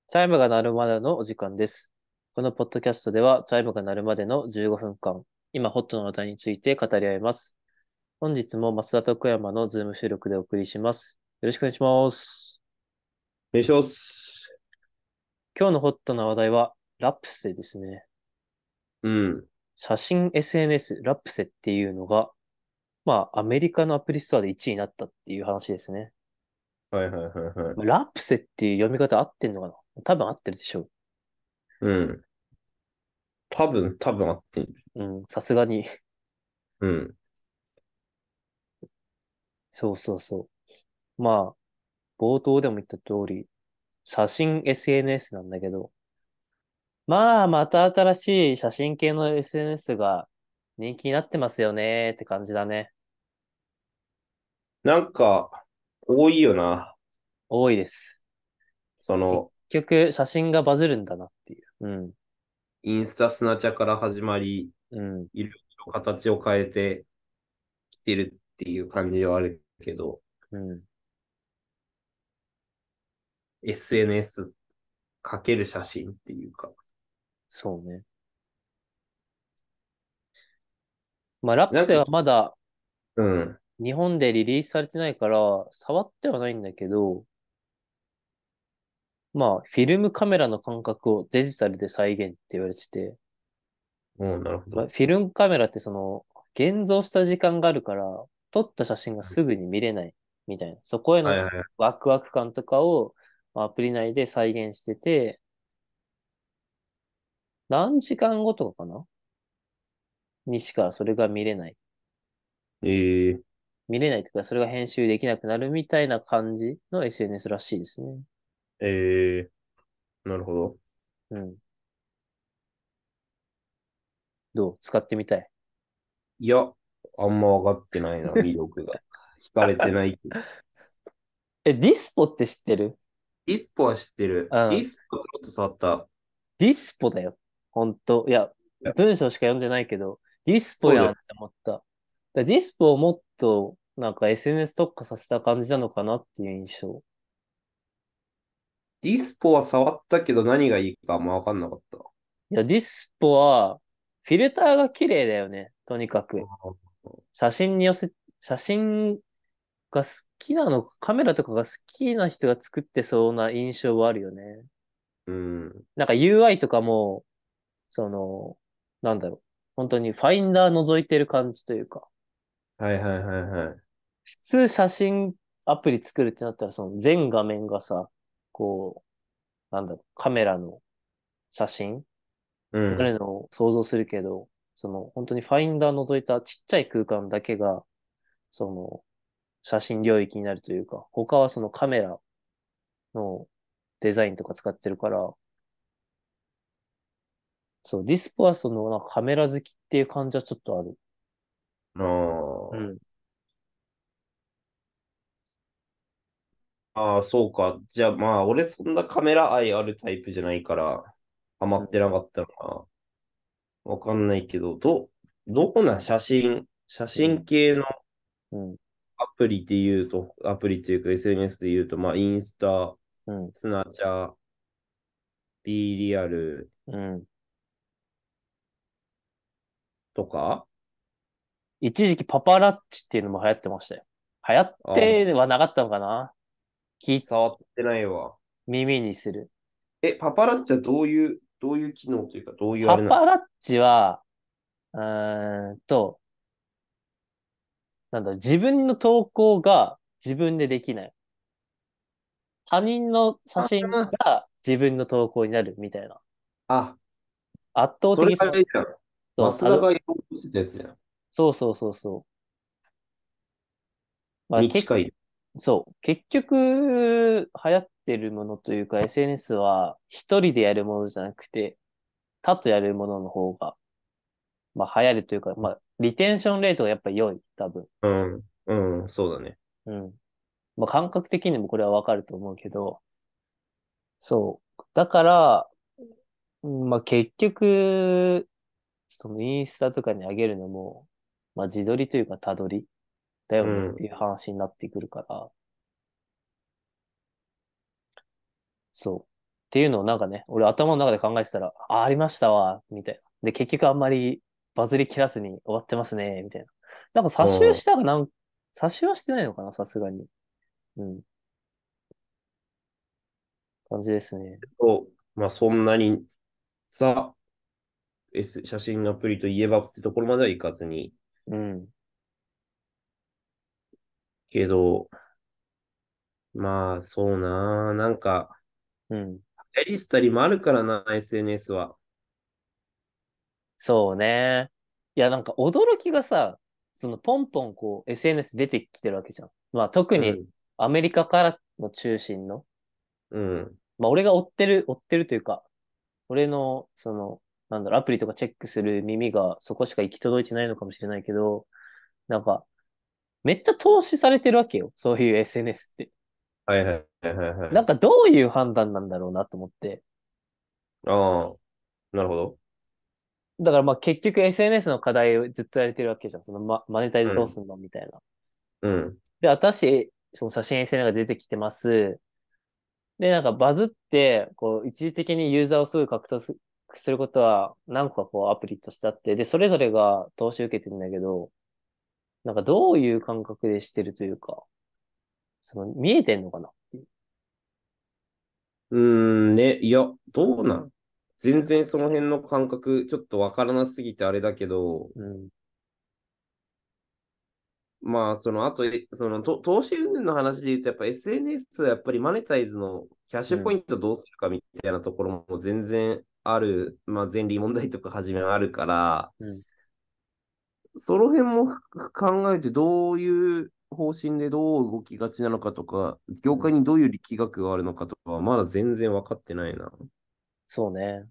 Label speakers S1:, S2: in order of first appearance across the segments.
S1: チャイムが鳴るまでのお時間です。このポッドキャストでは、チャイムが鳴るまでの15分間、今ホットな話題について語り合います。本日も増田と小山のズーム収録でお送りします。よろしくお願いします。
S2: お願いします。
S1: 今日のホットな話題は、ラプセですね。
S2: うん。
S1: 写真 SNS ラプセっていうのが、アメリカのアプリストアで1位になったっていう話ですね。
S2: はいはいはいはい。
S1: ラプセっていう読み方合ってんのかな？多分合ってるでしょ
S2: うん。多分合ってる。
S1: う。うん、さすがに。
S2: うん。
S1: そうそうそう。冒頭でも言った通り、写真 SNS なんだけど、また新しい写真系の SNS が人気になってますよねって感じだね。
S2: なんか、多いよな。
S1: 多いです。結
S2: その、
S1: 局、写真がバズるんだなっていう。うん、
S2: インスタスナチャから始まり、
S1: うん、
S2: いろいろ形を変えてきてるっていう感じはあるけど、
S1: うん。
S2: SNS かける写真っていうか。
S1: そうね。ラプセ
S2: なんか、
S1: はまだ
S2: うん。
S1: 日本でリリースされてないから、触ってはないんだけど、フィルムカメラの感覚をデジタルで再現って言われてて、
S2: うん、なるほど。
S1: フィルムカメラって現像した時間があるから、撮った写真がすぐに見れないみたいな。そこへの
S2: はいはいはい。
S1: ワクワク感とかをアプリ内で再現してて、何時間後とかかなにしかそれが見れない。
S2: ええ
S1: 見れないというか、それが編集できなくなるみたいな感じの SNS らしいですね。
S2: ええなるほど。
S1: うん。どう使ってみたい？
S2: いや、あんま分かってないな、魅力が。惹かれてないけど。
S1: え、ディスポって知ってる？
S2: ディスポは知ってる。
S1: うん。
S2: ディスポちょっと触った。
S1: ディスポだよ。ほんと。いや、
S2: いや、
S1: 文章しか読んでないけど、ディスポ
S2: そうだよ。
S1: やんって思った。ディスポをもっと、SNS 特化させた感じなのかなっていう印象。
S2: ディスポは触ったけど何がいいかあんま分かんなかった。
S1: いや、ディスポは、フィルターが綺麗だよね。とにかく。写真に寄せ、写真が好きなのか、カメラとかが好きな人が作ってそうな印象はあるよね。
S2: うん。
S1: UI とかも、その、なんだろう。本当にファインダー覗いてる感じというか、
S2: はいはいはいはい。
S1: 普通写真アプリ作るってなったら、その全画面がさ、こカメラの写真にな
S2: うん。
S1: るのを想像するけど、本当にファインダー覗いたちっちゃい空間だけが、その、写真領域になるというか、他はそのカメラのデザインとか使ってるから、そう、ディスプはカメラ好きっていう感じはちょっとある。う
S2: あ
S1: ん。
S2: あ。ああ、そうか。じゃあまあ、俺そんなカメラ愛あるタイプじゃないから、ハマ
S1: うん。
S2: ってなかったのかな。わかんないけど、どこな写
S1: うん。
S2: 真系の
S1: うん。
S2: アプリで言うと、アプリっていうか SNS で言うと、まあ、インスタ、
S1: うん。
S2: スナチャ、B リアル
S1: うん。
S2: とか、
S1: 一時期パパラッチっていうのも流行ってましたよ。流行っ
S2: ああ、
S1: てはなかったのかな？
S2: 触ってないわ。
S1: 耳にする。
S2: パパラッチはどういう機能というか、どういうあ
S1: パ
S2: れなの？
S1: パラッチは、うーんと、自分の投稿が自分でできない。他人の写真
S2: あ
S1: が自分の投稿になるみたいな。
S2: あ、
S1: 圧倒
S2: それ
S1: 的
S2: あれじゃん。
S1: そう、
S2: 増田がやろうとしてたやつじゃん。
S1: そうそうそうそう。まあ、け、
S2: に近い。
S1: そう。結局、流行ってるものというか SNS は一人でやるものじゃなくて、他とやるものの方が、流行るというか、リテンションレートがやっぱ良い、多分。
S2: うん、うん、そうだね。
S1: うん。感覚的にもこれはわかると思うけど、そう。だから、結局、そのインスタとかに上げるのも、自撮りというか他撮りだよねって
S2: うん。
S1: いう話になってくるから、そう。 ていうのをなんかね、俺頭の中で考えてたら、あ、ありましたわ、みたいな。で、結局あんまりバズり切らずに終わってますね、みたいな。なんか
S2: う
S1: 撮集
S2: ん。
S1: したら撮集はしてないのかな、さすがに。うん、感じですね。
S2: まあ、そんなに、ザ、写真アプリといえばってところまではいかずに、
S1: うん、
S2: けど、まあ、そうな。なんか、
S1: うん。
S2: やりしたりもあるからな、SNS は。
S1: そうね。いや、なんか驚きがさ、そのポンポンこう SNS 出てきてるわけじゃん。まあ特に
S2: うん、
S1: アメリカからの中心の、
S2: うん。
S1: まあ俺が追ってるというか、俺のその、なんだろう、アプリとかチェックする耳がそこしか行き届いてないのかもしれないけど、なんかめっちゃ投資されてるわけよ。そういう SNS って。
S2: はいはいはいはいはい。
S1: なんかどういう判断なんだろうなと思って。
S2: ああ、なるほど。
S1: だからまあ結局 SNS の課題をずっとやれてるわけじゃん。そのマネタイズ
S2: うん、
S1: どうすんのみたいな。
S2: うん。
S1: で、私、その写真 SNS が出てきてます。で、なんかバズって、こう、一時的にユーザーをすぐすることは何個かこうアプリとしてあって、で、それぞれが投資受けてるんだけど、なんかどういう感覚でしてるというか、その見えてんのかなっていう。
S2: うーん、ね、いや、どうなん全然その辺の感覚、ちょっとわからなすぎてあれだけど、
S1: うん、
S2: まあ、あと、投資云々の話で言うと、やっぱ SNS はやっぱりマネタイズのキャッシ
S1: うん、
S2: ュポイントどうするかみたいなところも全然ある、まあ、前例問題とかはじめあるから、
S1: うん、
S2: その辺も考えてどういう方針でどう動きがちなのかとか、業
S1: うん。
S2: 界にどういう力学があるのかとかはまだ全然分かってないな。
S1: そうね。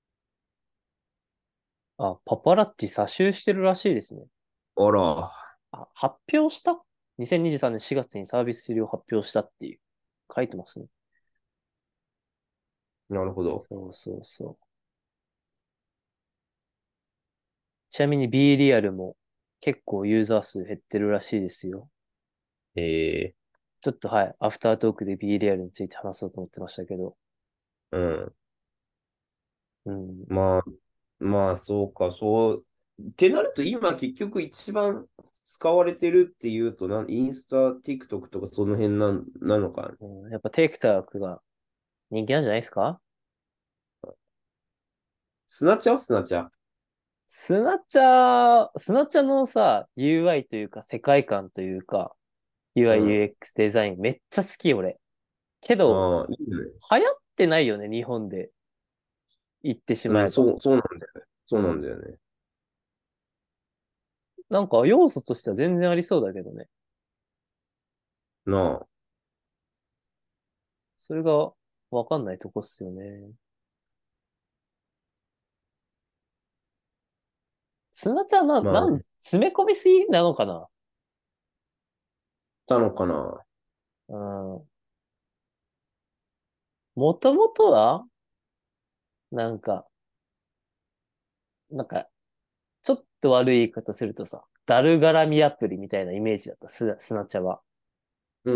S1: あ、パパラッチ詐集してるらしいですね。
S2: あら、
S1: あ、発表した？ 2023 年4月にサービス終了を発表したっていう、書いてますね。
S2: なるほど。
S1: そうそうそう。ちなみに B リアルも結構ユーザー数減ってるらしいですよ。
S2: え
S1: ちょっとはい、アフタートークで B リアルについて話そうと思ってましたけど。
S2: うん。
S1: うん。
S2: まあ、まあ、そうか、そう。ってなると、今結局一番使われてるっていうと、インスタ、TikTok とかその辺なのか。
S1: うん、やっぱテイクタークが人気なんじゃないですか？
S2: スナチャはスナチャ。
S1: スナチャのさ、UI というか世界観というか、
S2: う
S1: UI、
S2: ん。
S1: UX デザインめっちゃ好き俺。けど、
S2: ああ、いいね。
S1: 流行ってないよね、日本で。言ってし
S2: うん、
S1: まえば。
S2: そうなんだよね。そうなん
S1: うん。
S2: だよね。
S1: なんか要素としては全然ありそうだけどね。
S2: なあ。
S1: それがわかんないとこっすよね。スナチャ
S2: まあ、
S1: 詰め込みすぎなのかな？
S2: たのかな。
S1: うん。もともとは、なんか、なんか、ちょっと悪い言い方するとさ、だるがらみアプリみたいなイメージだった、スナチャは。
S2: うん。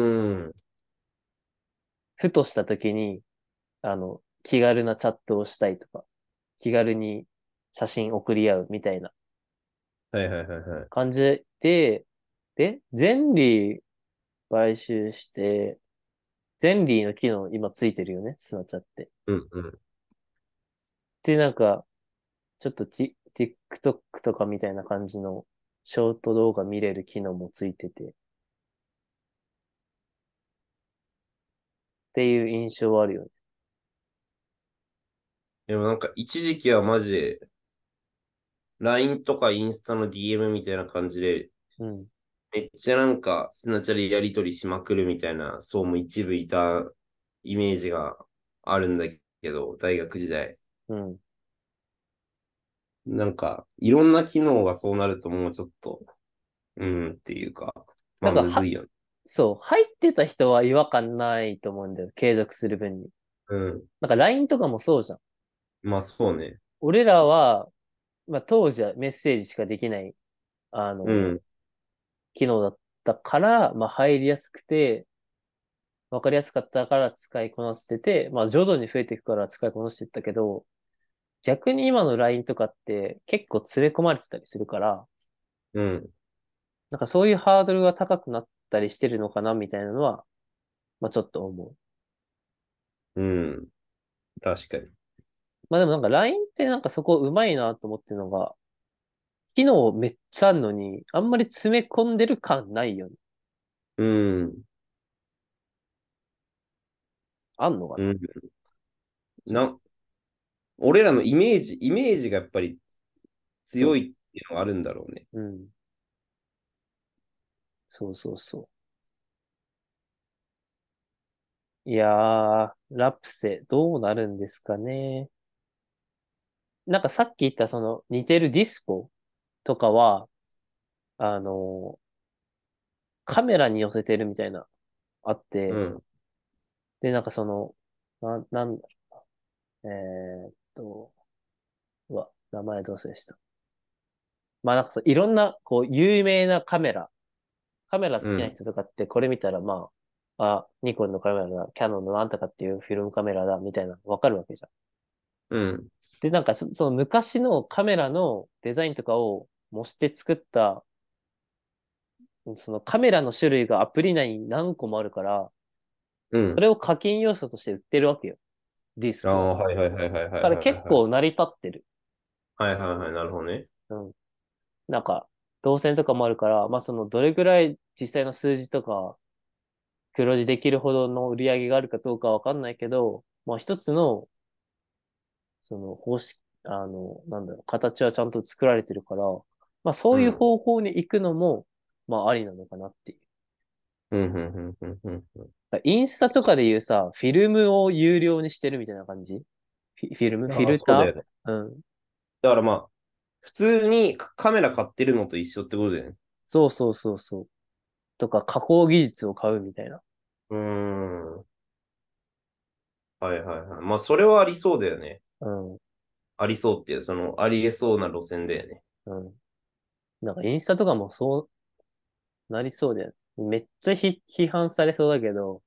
S1: ふとした時に、気軽なチャットをしたいとか、気軽に写真送り合うみたいな
S2: はいはいはいはい。
S1: 感じで、ゼンリー買収して、ゼンリーの機能今ついてるよね、スナチャって。
S2: うんうん。
S1: で、なんか、ちょっとTikTok とかみたいな感じのショート動画見れる機能もついてて、っていう印象はあるよね。
S2: でもなんか一時期はマジで、LINE とかインスタの DM みたいな感じで、
S1: うん。
S2: めっちゃなんか、スナチャでやりとりしまくるみたいな層も一部いたイメージがあるんだけど、大学時代。
S1: うん。
S2: なんか、いろんな機能がそうなるともうちょっと、っていうか、まあ
S1: なんか、
S2: むずいよね。
S1: そう、入ってた人は違和感ないと思うんだよ。継続する分に。
S2: うん。
S1: なんか LINE とかもそうじゃん。
S2: まあそうね。
S1: 俺らは、まあ当時はメッセージしかできない、あの、
S2: うん。
S1: 機能だったから、まあ入りやすくて、 わかりやすかったから使いこなせてて、まあ徐々に増えていくから使いこなしていったけど、逆に今の LINE とかって結構詰め込まれてたりするから、
S2: うん。
S1: なんかそういうハードルが高くなったりしてるのかなみたいなのは、まあちょっと思う。
S2: うん。確かに。
S1: まあでもなんか LINE ってなんかそこうまいなと思ってるのが、機能めっちゃあるのに、あんまり詰め込んでる感ないよね。
S2: うん。
S1: あんのかな。
S2: うん。
S1: そ
S2: な、俺らのイメージがやっぱり強
S1: そ
S2: いっていうのがあるんだろうね。
S1: う。うん。そうそうそう。いやー、ラプセ、どうなるんですかね。なんかさっき言ったその似てるディスコとかは、あのカメラに寄せてるみたいな、あって、
S2: うん。
S1: で、なんかその、なんだ、えーっと、名前どうせでした。まあなんかそう、いろんな、こう、有名なカメラ好きな
S2: うん。
S1: 人とかってこれ見たら、まあ、ニコンのカメラだ、キャノンのなんとかっていうフィルムカメラだ、みたいな、わかるわけじゃん。
S2: うん。
S1: で、なんかその昔のカメラのデザインとかを模して作った、そのカメラの種類がアプリ内に何個もあるから、
S2: うん。
S1: それを課金要素として売ってるわけよ。ディスコは。
S2: ああ、はいはいはいはいはい
S1: だから
S2: はいはい。
S1: 結構成り立ってる。
S2: はいはいはい、なるほどね。
S1: うん。なんか、動線とかもあるから、まあそのどれぐらい実際の数字とか黒字できるほどの売り上げがあるかどうかわかんないけど、まあ一つの、その方式、なんだろう、形はちゃんと作られてるから、まあそういう
S2: うん。
S1: 方向に行くのも、まあありなのかなっていう。
S2: うん、うん、うん、うん、うん。うん。
S1: インスタとかで言うさ、フィルムを有料にしてるみたいな感じ。フィ
S2: ああ、
S1: ルタ
S2: そうだよね。
S1: ー。うん。
S2: だからまあ、普通にカメラ買ってるのと一緒ってことだよね。
S1: そうそうそうそう。とか、加工技術を買うみたいな。
S2: うーん。はいはいはい。まあ、それはありそうだよね。
S1: うん。
S2: ありそうっていう、ありえそうな路線だよね。
S1: うん。なんかインスタとかもそうなりそうだよね。めっちゃ批判されそうだけど、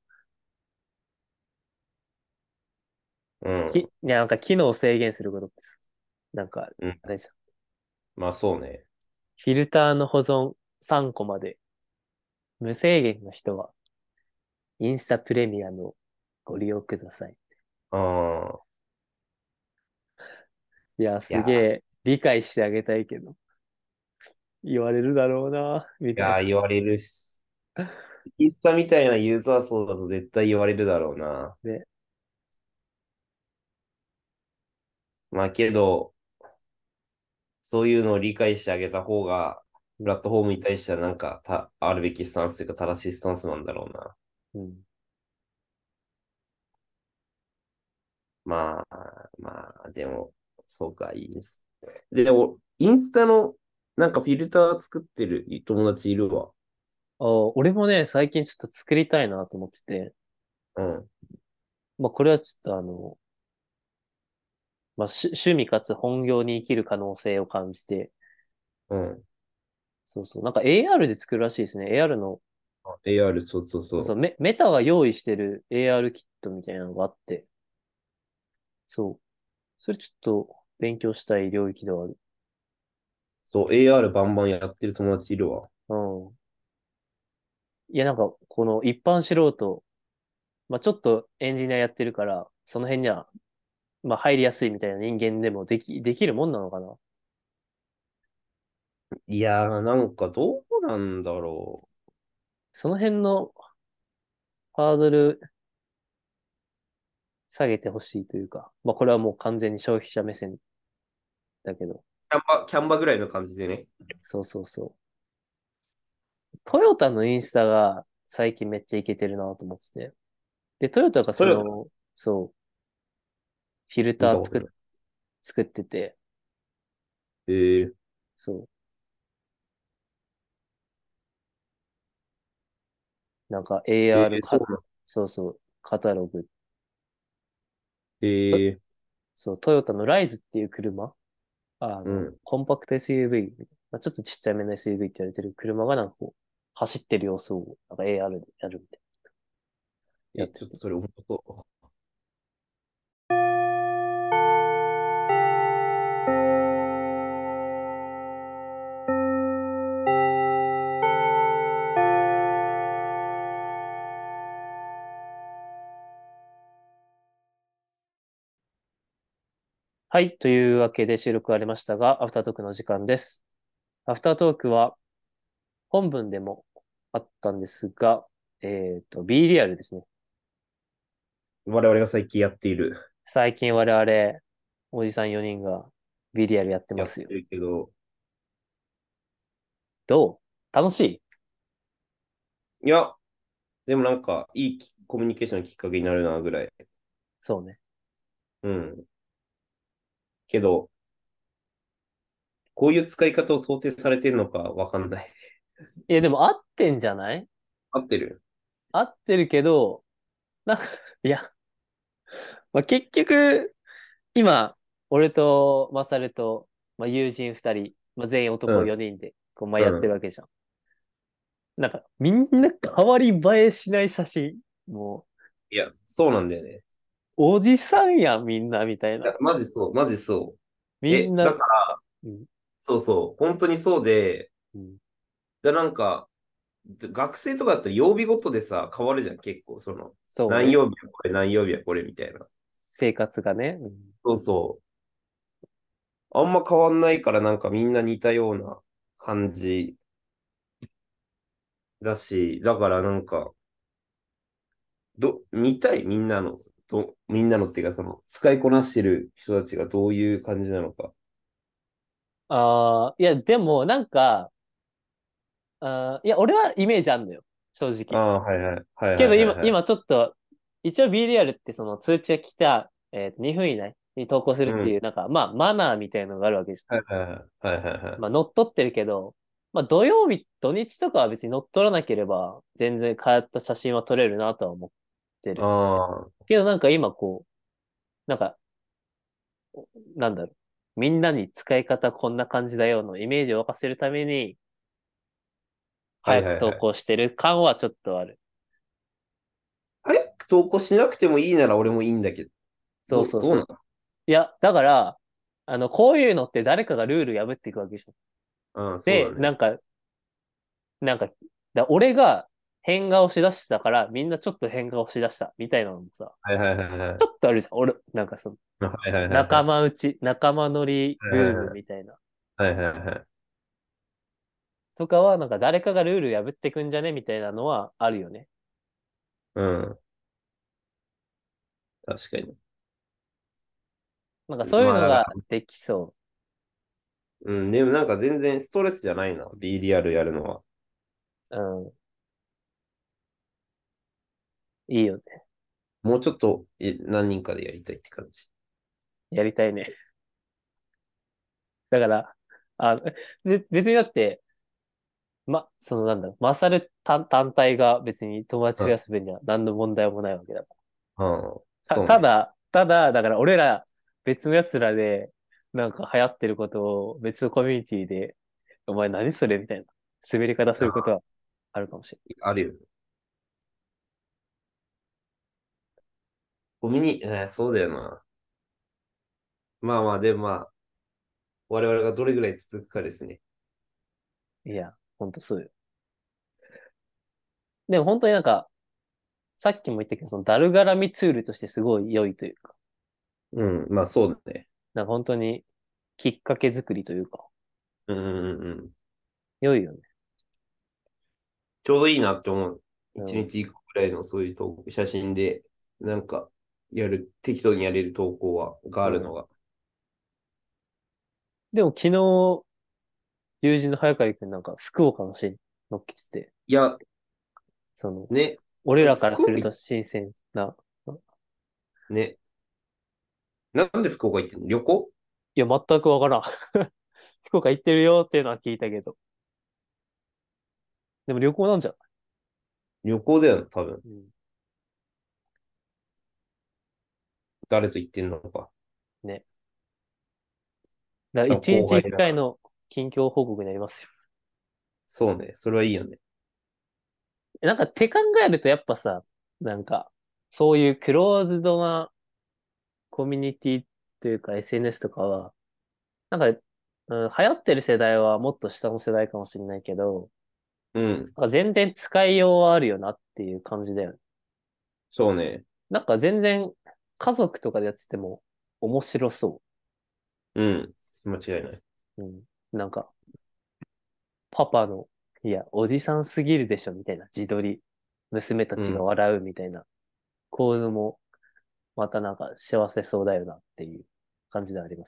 S2: うん。
S1: いや、なんか機能を制限することってさ、なんか、
S2: うん。
S1: あれじゃん。
S2: まあ、そうね。
S1: フィルターの保存3個まで無制限の人は、インスタプレミアムをご利用ください。
S2: ああ。
S1: いや、
S2: いや、
S1: すげえ理解してあげたいけど、言われるだろうな、みたいな。
S2: 言われるし。インスタみたいなユーザー層だと絶対言われるだろうな。
S1: で、
S2: まあ、けど、そういうのを理解してあげた方が、
S1: うん、
S2: プラットフォームに対してはあるべきスタンスというか正しいスタンスなんだろうな。
S1: うん。
S2: でも、そうか、いいです。でも、インスタのフィルター作ってる友達いるわ。
S1: 俺もね、最近ちょっと作りたいなと思ってて、
S2: うん。
S1: まあ、これはちょっとまあ、趣味かつ本業に生きる可能性を感じて、
S2: うん。
S1: そうそう。なんか AR で作るらしいですね。AR の、
S2: AR、そうそう
S1: そうそう、
S2: そ
S1: メタが用意してる AR キットみたいなのがあって、そう。それちょっと勉強したい領域ではある。
S2: う。そう、AR バンバンやってる友達いるわ。
S1: うん。いや、なんか、この一般素人、まあちょっとエンジニアやってるから、その辺には、まあ入りやすいみたいな人間でもできるもんなのかな。
S2: いやー、どうなんだろ
S1: その辺のハードル下げてほしいというか、まあこれはもう完全に消費者目線だけど、
S2: う。キャンバぐらいの感じでね。
S1: そうそうそう。トヨタのインスタが最近めっちゃイケてるなと思ってて。で、トヨタが
S2: トヨタ
S1: そう、フィルター
S2: 見たことない。
S1: 作ってて、
S2: えー、
S1: そう、なんか AR
S2: そうなの。
S1: そうそう、カタログ。と
S2: え
S1: そう、トヨタのライズっていう車、
S2: うん。
S1: コンパクト SUV、まあ、ちょっとちっちゃめの SUV って言われてる車がなんかこう、走ってる様子をなんか AR でやるみたい
S2: ちょっと
S1: やってて。
S2: それ思うと。
S1: はい。というわけで収録ありましたが、アフタートークの時間です。アフタートークは本文でもあったんですが、B リアルですね。
S2: 我々が最近やっている、
S1: 最近我々、おじさん4人が B リアルやってますよ。
S2: やってるけど、
S1: どう楽しい？
S2: いや、でもなんか、いいコミュニケーションのきっかけになるな、ぐらい。
S1: そうね。
S2: うん。けど、こういう使い方を想定されてるのかわかんない。
S1: いや、でも合ってんじゃない？
S2: 合ってる？
S1: 合ってるけど、なんか、いや、まあ、結局、今、俺とマサルと、まあ、友人2人、まあ、全員男
S2: うん、
S1: 4人で、こう、まあ、やってる
S2: うん。
S1: わけじゃん。なんか、みんな変わり映えしない写真。もう、
S2: いや、そうなんだよね。
S1: おじさんやん、みんな、みたいな。
S2: いや、マジそう、マジそう。だ
S1: みんな、
S2: から、
S1: うん、
S2: そうそう、本当にそうで、
S1: うん、
S2: なんか、学生とかだったら曜日ごとでさ、変わるじゃん、結構、
S1: そうね。
S2: 何曜日はこれ、何曜日はこれみたいな。
S1: 生活がね。うん、
S2: そうそう。あんま変わんないから、なんかみんな似たような感じだし、だからなんか、見たいみんなの、みんなのっていうか、使いこなしてる人たちがどういう感じなのか。
S1: いや、でも、なんか、いや、俺はイメージあんのよ。正直。
S2: ああ、はいはい。はい
S1: けど今、
S2: はいはいはい。
S1: 今ちょっと、一応 B リアルってその通知が来た、2分以内に投稿する
S2: うん。
S1: っていう、なんか、まあ、マナーみたいなのがあるわけです。
S2: はいはいはい。はいはいはい。
S1: まあ、乗っ取ってるけど、まあ、土曜日、土日とかは別に乗っ取らなければ、全然変わった写真は撮れるなとは思ってる。
S2: ああ、
S1: けどなんか今こう、なんか、なんだろう。みんなに使い方こんな感じだよのイメージを沸かせるために、早く投
S2: はいはいはい。
S1: 稿してる感はちょっとある。
S2: 早く投稿しなくてもいいなら俺もいいんだけど、どうな
S1: そうそうそう。いや、だから、こういうのって誰かがルール破っていくわけじゃん。
S2: の？ああ、そうだ
S1: で、
S2: ね。なん
S1: なんか、俺が変顔しだしたから、みんなちょっと変顔しだした、みたいなのもさ、
S2: はいはいはいはい。
S1: ちょっとあるじゃん。俺、なんかその、
S2: はいはいはいは
S1: 仲
S2: い。
S1: 間内、仲間乗りブームみたいな。
S2: はいはいはいはい。
S1: とかは、なんか誰かがルール破ってくんじゃねみたいなのはあるよね。
S2: うん。確かに。
S1: なんかそういう
S2: まあ
S1: のが
S2: だから、
S1: できそ
S2: うん、でもなんか全然ストレスじゃないな、B リアルやるのは。
S1: う。うん。いいよね。
S2: もうちょっと何人かでやりたいって感じ。
S1: やりたいね。だから、あ、別にだって、そのなんだろう、勝る単体が別に友達
S2: うん。
S1: 増やす分には何の問題もないわけだか
S2: うん。
S1: ら。
S2: そうね。
S1: ただ、だから俺ら別の奴らで、なんか流行ってることを別のコミュニティで、お前何それみたいな滑り方すること
S2: あ、
S1: はあるかもしれ
S2: あるよ。コミュニ、そうだよな。まあまあ、でもまあ、我々がどれぐらい続くかですね。
S1: ない。いや、ほんとそうよ。でも本当になんか、さっきも言ったけど、そのダル絡みツールとしてすごい良いというか、
S2: うん、まあそうだね。
S1: なんか本当にきっかけ作りというか、
S2: うんうんうんうん。
S1: 良いよね。
S2: ちょうどいいなって思う。
S1: うん。
S2: 一日一個くらいのそういう写真で、なんか、適当にやれる投稿があ
S1: うん。
S2: るのが。
S1: でも昨日、友人の早川くんなんか福岡のシーン乗っけてて、
S2: いや、
S1: その、
S2: ね、
S1: 俺らから
S2: 福岡、
S1: すると新鮮な。
S2: ね、なんで福岡行ってんの？旅行？
S1: いや、全くわからん。福岡行ってるよっていうのは聞いたけど。でも旅行なんじゃない？
S2: 旅行だよね、多分。
S1: うん。
S2: 誰と行ってんのか。
S1: ね。だから
S2: 多分
S1: 一日一
S2: 後輩だ。
S1: 回の近況報告になりますよ。
S2: そうね、それはいいよね。
S1: なんか手考えるとやっぱさ、なんか、 そういうクローズドなコミュニティというか SNS とかは、なんか、流行ってる世代はもっと下の世代かもしれないけど、
S2: うん。
S1: なんか全然使いようはあるよなっていう感じだよね。
S2: そうね。
S1: なんか全然家族とかでやってても面白そ
S2: うん。間違いない。
S1: う。うん。なんか、パパの、いや、おじさんすぎるでしょみたいな自撮り。娘たちが
S2: うん。
S1: 笑うみたいな構図も、またなんか幸せそうだよなっていう感じであります。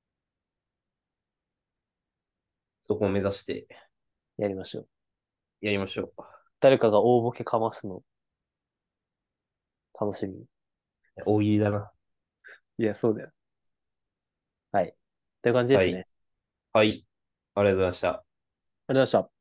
S2: そこを目指して
S1: やりましょう。
S2: やりましょ
S1: 誰かが大ボケかますの楽しみに。
S2: う。大喜利だな。
S1: いや、そうだよ。はい。という感じで
S2: はい。
S1: すね。
S2: はい。ありがとうございました。
S1: ありがとうございました。